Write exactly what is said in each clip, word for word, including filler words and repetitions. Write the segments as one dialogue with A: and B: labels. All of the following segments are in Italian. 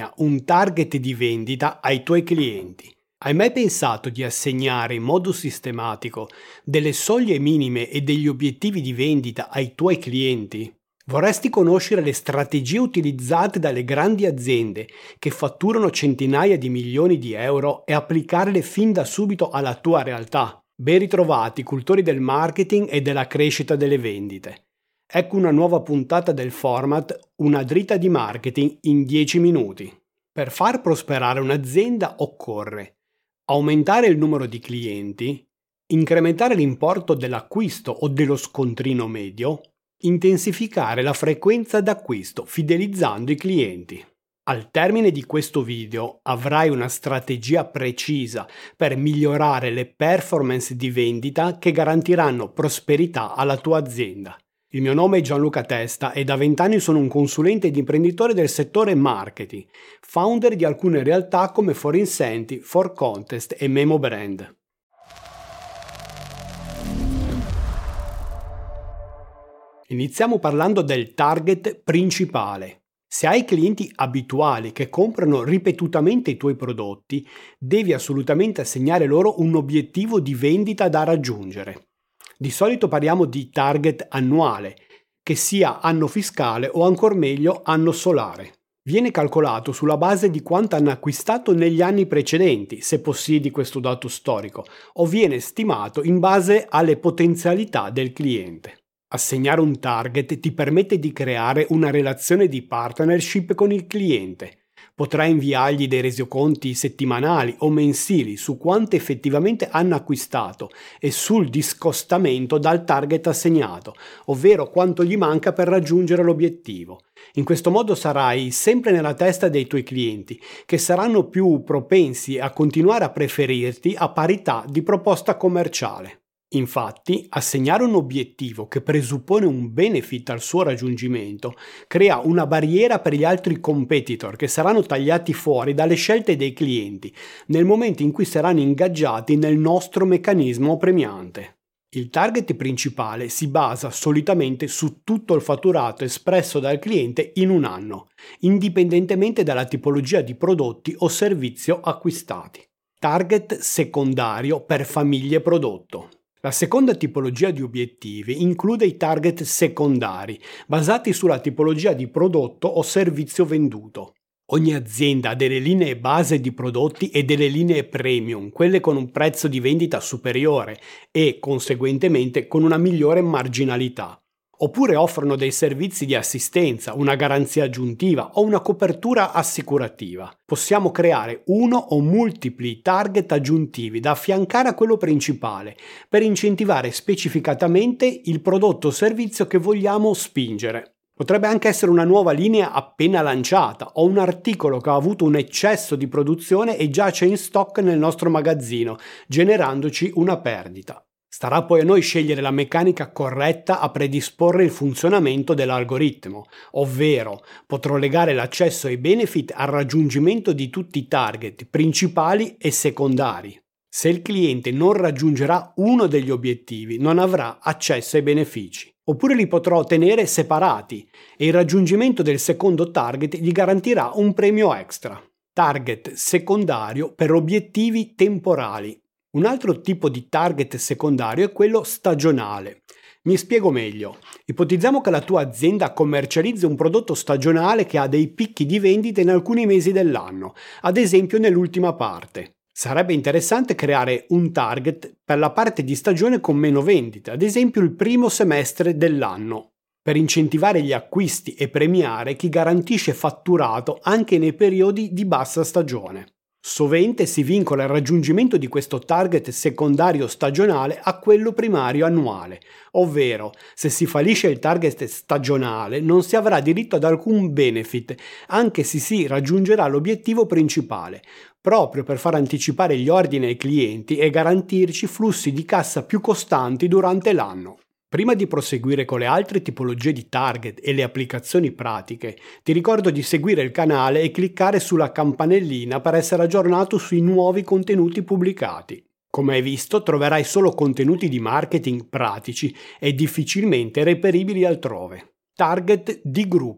A: assegna un target di vendita ai tuoi clienti. Hai mai pensato di assegnare in modo sistematico delle soglie minime e degli obiettivi di vendita ai tuoi clienti? Vorresti conoscere le strategie utilizzate dalle grandi aziende che fatturano centinaia di milioni di euro e applicarle fin da subito alla tua realtà? Ben ritrovati, cultori del marketing e della crescita delle vendite. Ecco una nuova puntata del format Una dritta di marketing in dieci minuti. Per far prosperare un'azienda occorre aumentare il numero di clienti, incrementare l'importo dell'acquisto o dello scontrino medio, intensificare la frequenza d'acquisto fidelizzando i clienti. Al termine di questo video avrai una strategia precisa per migliorare le performance di vendita che garantiranno prosperità alla tua azienda. Il mio nome è Gianluca Testa e da vent'anni sono un consulente ed imprenditore del settore marketing, founder di alcune realtà come For Incentive, For Contest e Memo Brand. Iniziamo parlando del target principale. Se hai clienti abituali che comprano ripetutamente i tuoi prodotti, devi assolutamente assegnare loro un obiettivo di vendita da raggiungere. Di solito parliamo di target annuale, che sia anno fiscale o ancor meglio anno solare. Viene calcolato sulla base di quanto hanno acquistato negli anni precedenti, se possiedi questo dato storico, o viene stimato in base alle potenzialità del cliente. Assegnare un target ti permette di creare una relazione di partnership con il cliente. Potrai inviargli dei resoconti settimanali o mensili su quanto effettivamente hanno acquistato e sul discostamento dal target assegnato, ovvero quanto gli manca per raggiungere l'obiettivo. In questo modo sarai sempre nella testa dei tuoi clienti, che saranno più propensi a continuare a preferirti a parità di proposta commerciale. Infatti, assegnare un obiettivo che presuppone un benefit al suo raggiungimento crea una barriera per gli altri competitor che saranno tagliati fuori dalle scelte dei clienti nel momento in cui saranno ingaggiati nel nostro meccanismo premiante. Il target principale si basa solitamente su tutto il fatturato espresso dal cliente in un anno, indipendentemente dalla tipologia di prodotti o servizio acquistati. Target secondario per famiglie prodotto. La seconda tipologia di obiettivi include i target secondari, basati sulla tipologia di prodotto o servizio venduto. Ogni azienda ha delle linee base di prodotti e delle linee premium, quelle con un prezzo di vendita superiore e, conseguentemente, con una migliore marginalità. Oppure offrono dei servizi di assistenza, una garanzia aggiuntiva o una copertura assicurativa. Possiamo creare uno o multipli target aggiuntivi da affiancare a quello principale per incentivare specificatamente il prodotto o servizio che vogliamo spingere. Potrebbe anche essere una nuova linea appena lanciata o un articolo che ha avuto un eccesso di produzione e giace in stock nel nostro magazzino, generandoci una perdita. Starà poi a noi scegliere la meccanica corretta a predisporre il funzionamento dell'algoritmo, ovvero potrò legare l'accesso ai benefit al raggiungimento di tutti i target principali e secondari. Se il cliente non raggiungerà uno degli obiettivi, non avrà accesso ai benefici. Oppure li potrò ottenere separati e il raggiungimento del secondo target gli garantirà un premio extra. Target secondario per obiettivi temporali. Un altro tipo di target secondario è quello stagionale. Mi spiego meglio. Ipotizziamo che la tua azienda commercializzi un prodotto stagionale che ha dei picchi di vendita in alcuni mesi dell'anno, ad esempio nell'ultima parte. Sarebbe interessante creare un target per la parte di stagione con meno vendite, ad esempio il primo semestre dell'anno, per incentivare gli acquisti e premiare chi garantisce fatturato anche nei periodi di bassa stagione. Sovente si vincola il raggiungimento di questo target secondario stagionale a quello primario annuale, ovvero se si fallisce il target stagionale non si avrà diritto ad alcun benefit, anche se si raggiungerà l'obiettivo principale, proprio per far anticipare gli ordini ai clienti e garantirci flussi di cassa più costanti durante l'anno. Prima di proseguire con le altre tipologie di target e le applicazioni pratiche, ti ricordo di seguire il canale e cliccare sulla campanellina per essere aggiornato sui nuovi contenuti pubblicati. Come hai visto, troverai solo contenuti di marketing pratici e difficilmente reperibili altrove. Target di gruppo.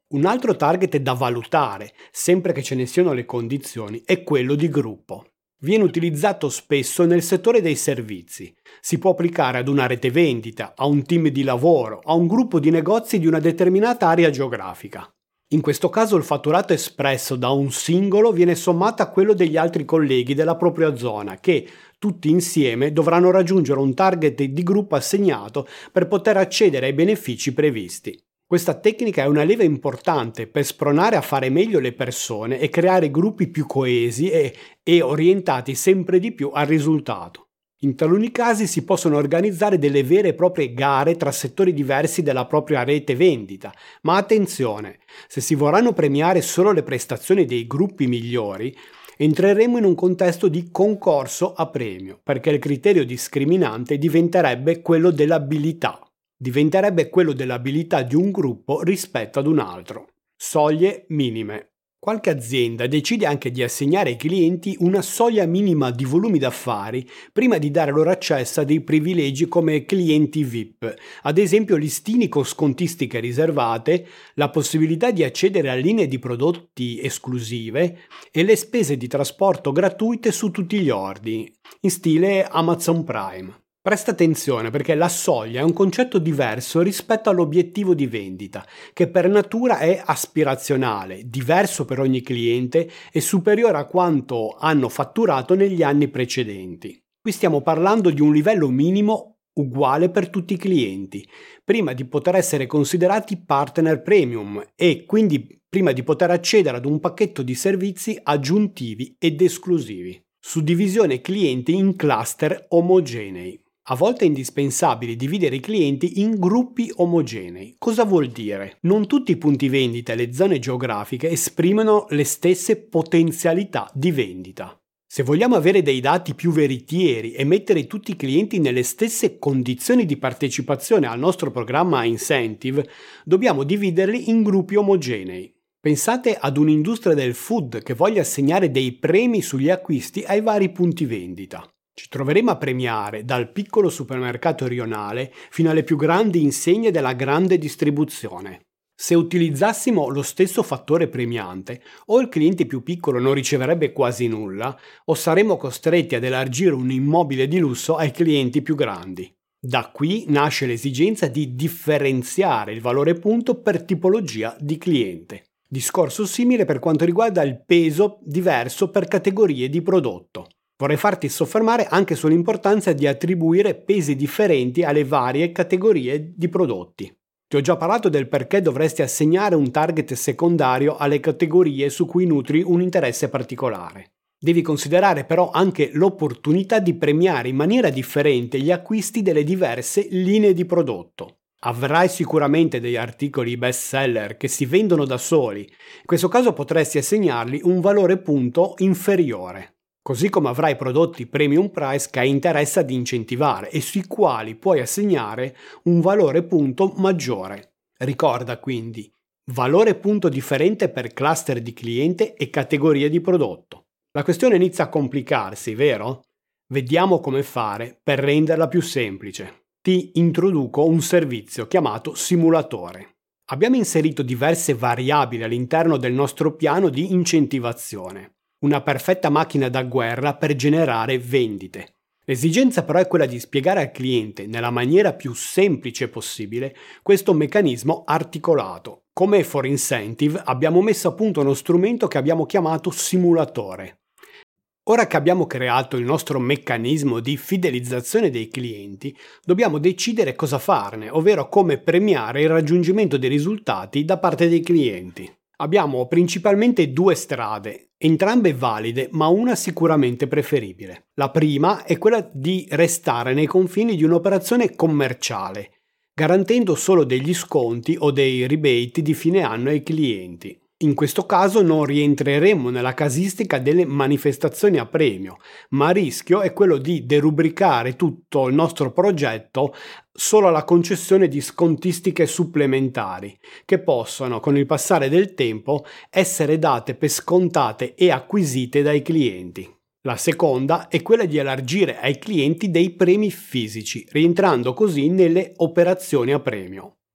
A: Un altro target da valutare, sempre che ce ne siano le condizioni, è quello di gruppo. Viene utilizzato spesso nel settore dei servizi. Si può applicare ad una rete vendita, a un team di lavoro, a un gruppo di negozi di una determinata area geografica. In questo caso il fatturato espresso da un singolo viene sommato a quello degli altri colleghi della propria zona che, tutti insieme, dovranno raggiungere un target di gruppo assegnato per poter accedere ai benefici previsti. Questa tecnica è una leva importante per spronare a fare meglio le persone e creare gruppi più coesi e, e orientati sempre di più al risultato. In taluni casi si possono organizzare delle vere e proprie gare tra settori diversi della propria rete vendita, ma attenzione, se si vorranno premiare solo le prestazioni dei gruppi migliori, entreremo in un contesto di concorso a premio, perché il criterio discriminante diventerebbe quello dell'abilità. Diventerebbe quello dell'abilità di un gruppo rispetto ad un altro. Soglie minime. Qualche azienda decide anche di assegnare ai clienti una soglia minima di volumi d'affari prima di dare loro accesso a dei privilegi come clienti V I P, ad esempio listini con scontistiche riservate, la possibilità di accedere a linee di prodotti esclusive e le spese di trasporto gratuite su tutti gli ordini, in stile Amazon Prime. Presta attenzione perché la soglia è un concetto diverso rispetto all'obiettivo di vendita, che per natura è aspirazionale, diverso per ogni cliente e superiore a quanto hanno fatturato negli anni precedenti. Qui stiamo parlando di un livello minimo uguale per tutti i clienti, prima di poter essere considerati partner premium e quindi prima di poter accedere ad un pacchetto di servizi aggiuntivi ed esclusivi. Suddivisione clienti in cluster omogenei. A volte è indispensabile dividere i clienti in gruppi omogenei. Cosa vuol dire? Non tutti i punti vendita e le zone geografiche esprimono le stesse potenzialità di vendita. Se vogliamo avere dei dati più veritieri e mettere tutti i clienti nelle stesse condizioni di partecipazione al nostro programma Incentive, dobbiamo dividerli in gruppi omogenei. Pensate ad un'industria del food che voglia assegnare dei premi sugli acquisti ai vari punti vendita. Ci troveremo a premiare dal piccolo supermercato rionale fino alle più grandi insegne della grande distribuzione. Se utilizzassimo lo stesso fattore premiante, o il cliente più piccolo non riceverebbe quasi nulla, o saremmo costretti ad elargire un immobile di lusso ai clienti più grandi. Da qui nasce l'esigenza di differenziare il valore punto per tipologia di cliente. Discorso simile per quanto riguarda il peso diverso per categorie di prodotto. Vorrei farti soffermare anche sull'importanza di attribuire pesi differenti alle varie categorie di prodotti. Ti ho già parlato del perché dovresti assegnare un target secondario alle categorie su cui nutri un interesse particolare. Devi considerare però anche l'opportunità di premiare in maniera differente gli acquisti delle diverse linee di prodotto. Avrai sicuramente degli articoli best seller che si vendono da soli. In questo caso potresti assegnargli un valore punto inferiore. Così come avrai prodotti premium price che hai interesse ad incentivare e sui quali puoi assegnare un valore punto maggiore. Ricorda quindi, valore punto differente per cluster di cliente e categorie di prodotto. La questione inizia a complicarsi, vero? Vediamo come fare per renderla più semplice. Ti introduco un servizio chiamato simulatore. Abbiamo inserito diverse variabili all'interno del nostro piano di incentivazione. Una perfetta macchina da guerra per generare vendite. L'esigenza però è quella di spiegare al cliente nella maniera più semplice possibile questo meccanismo articolato. Come for incentive abbiamo messo a punto uno strumento che abbiamo chiamato simulatore. Ora che abbiamo creato il nostro meccanismo di fidelizzazione dei clienti, dobbiamo decidere cosa farne, ovvero come premiare il raggiungimento dei risultati da parte dei clienti. Abbiamo principalmente due strade, entrambe valide, ma una sicuramente preferibile. La prima è quella di restare nei confini di un'operazione commerciale, garantendo solo degli sconti o dei rebate di fine anno ai clienti. In questo caso non rientreremo nella casistica delle manifestazioni a premio, ma il rischio è quello di derubricare tutto il nostro progetto solo alla concessione di scontistiche supplementari, che possono, con il passare del tempo, essere date per scontate e acquisite dai clienti. La seconda è quella di elargire ai clienti dei premi fisici, rientrando così nelle operazioni a premio.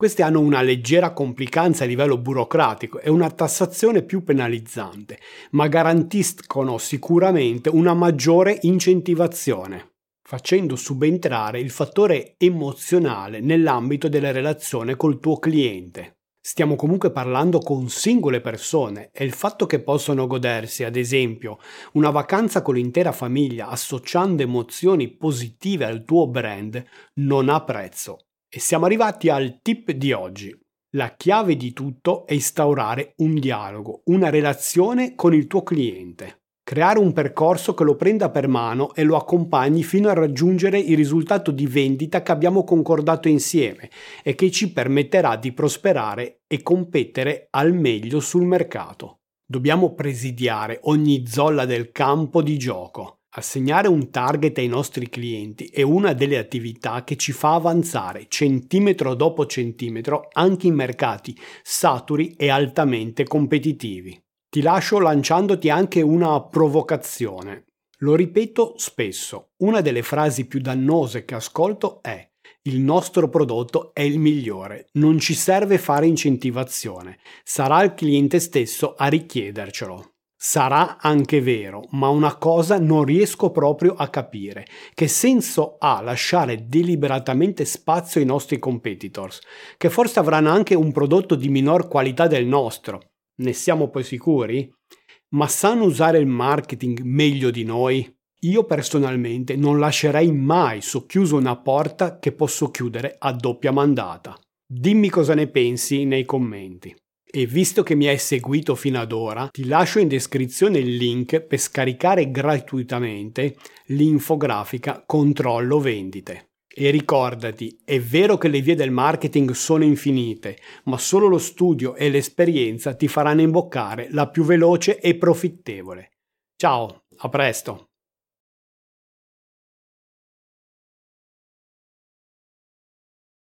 A: Queste hanno una leggera complicanza a livello burocratico e una tassazione più penalizzante, ma garantiscono sicuramente una maggiore incentivazione, facendo subentrare il fattore emozionale nell'ambito della relazione col tuo cliente. Stiamo comunque parlando con singole persone e il fatto che possono godersi, ad esempio, una vacanza con l'intera famiglia associando emozioni positive al tuo brand non ha prezzo. E siamo arrivati al tip di oggi. La chiave di tutto è instaurare un dialogo, una relazione con il tuo cliente. Creare un percorso che lo prenda per mano e lo accompagni fino a raggiungere il risultato di vendita che abbiamo concordato insieme e che ci permetterà di prosperare e competere al meglio sul mercato. Dobbiamo presidiare ogni zolla del campo di gioco. Assegnare un target ai nostri clienti è una delle attività che ci fa avanzare centimetro dopo centimetro anche in mercati saturi e altamente competitivi. Ti lascio lanciandoti anche una provocazione. Lo ripeto spesso, una delle frasi più dannose che ascolto è: il nostro prodotto è il migliore, non ci serve fare incentivazione, sarà il cliente stesso a richiedercelo. Sarà anche vero, ma una cosa non riesco proprio a capire: che senso ha lasciare deliberatamente spazio ai nostri competitors, che forse avranno anche un prodotto di minor qualità del nostro? Ne siamo poi sicuri? Ma sanno usare il marketing meglio di noi? Io personalmente non lascerei mai socchiusa una porta che posso chiudere a doppia mandata. Dimmi cosa ne pensi nei commenti. E visto che mi hai seguito fino ad ora, ti lascio in descrizione il link per scaricare gratuitamente l'infografica Controllo Vendite. E ricordati, è vero che le vie del marketing sono infinite, ma solo lo studio e l'esperienza ti faranno imboccare la più veloce e profittevole. Ciao, a presto!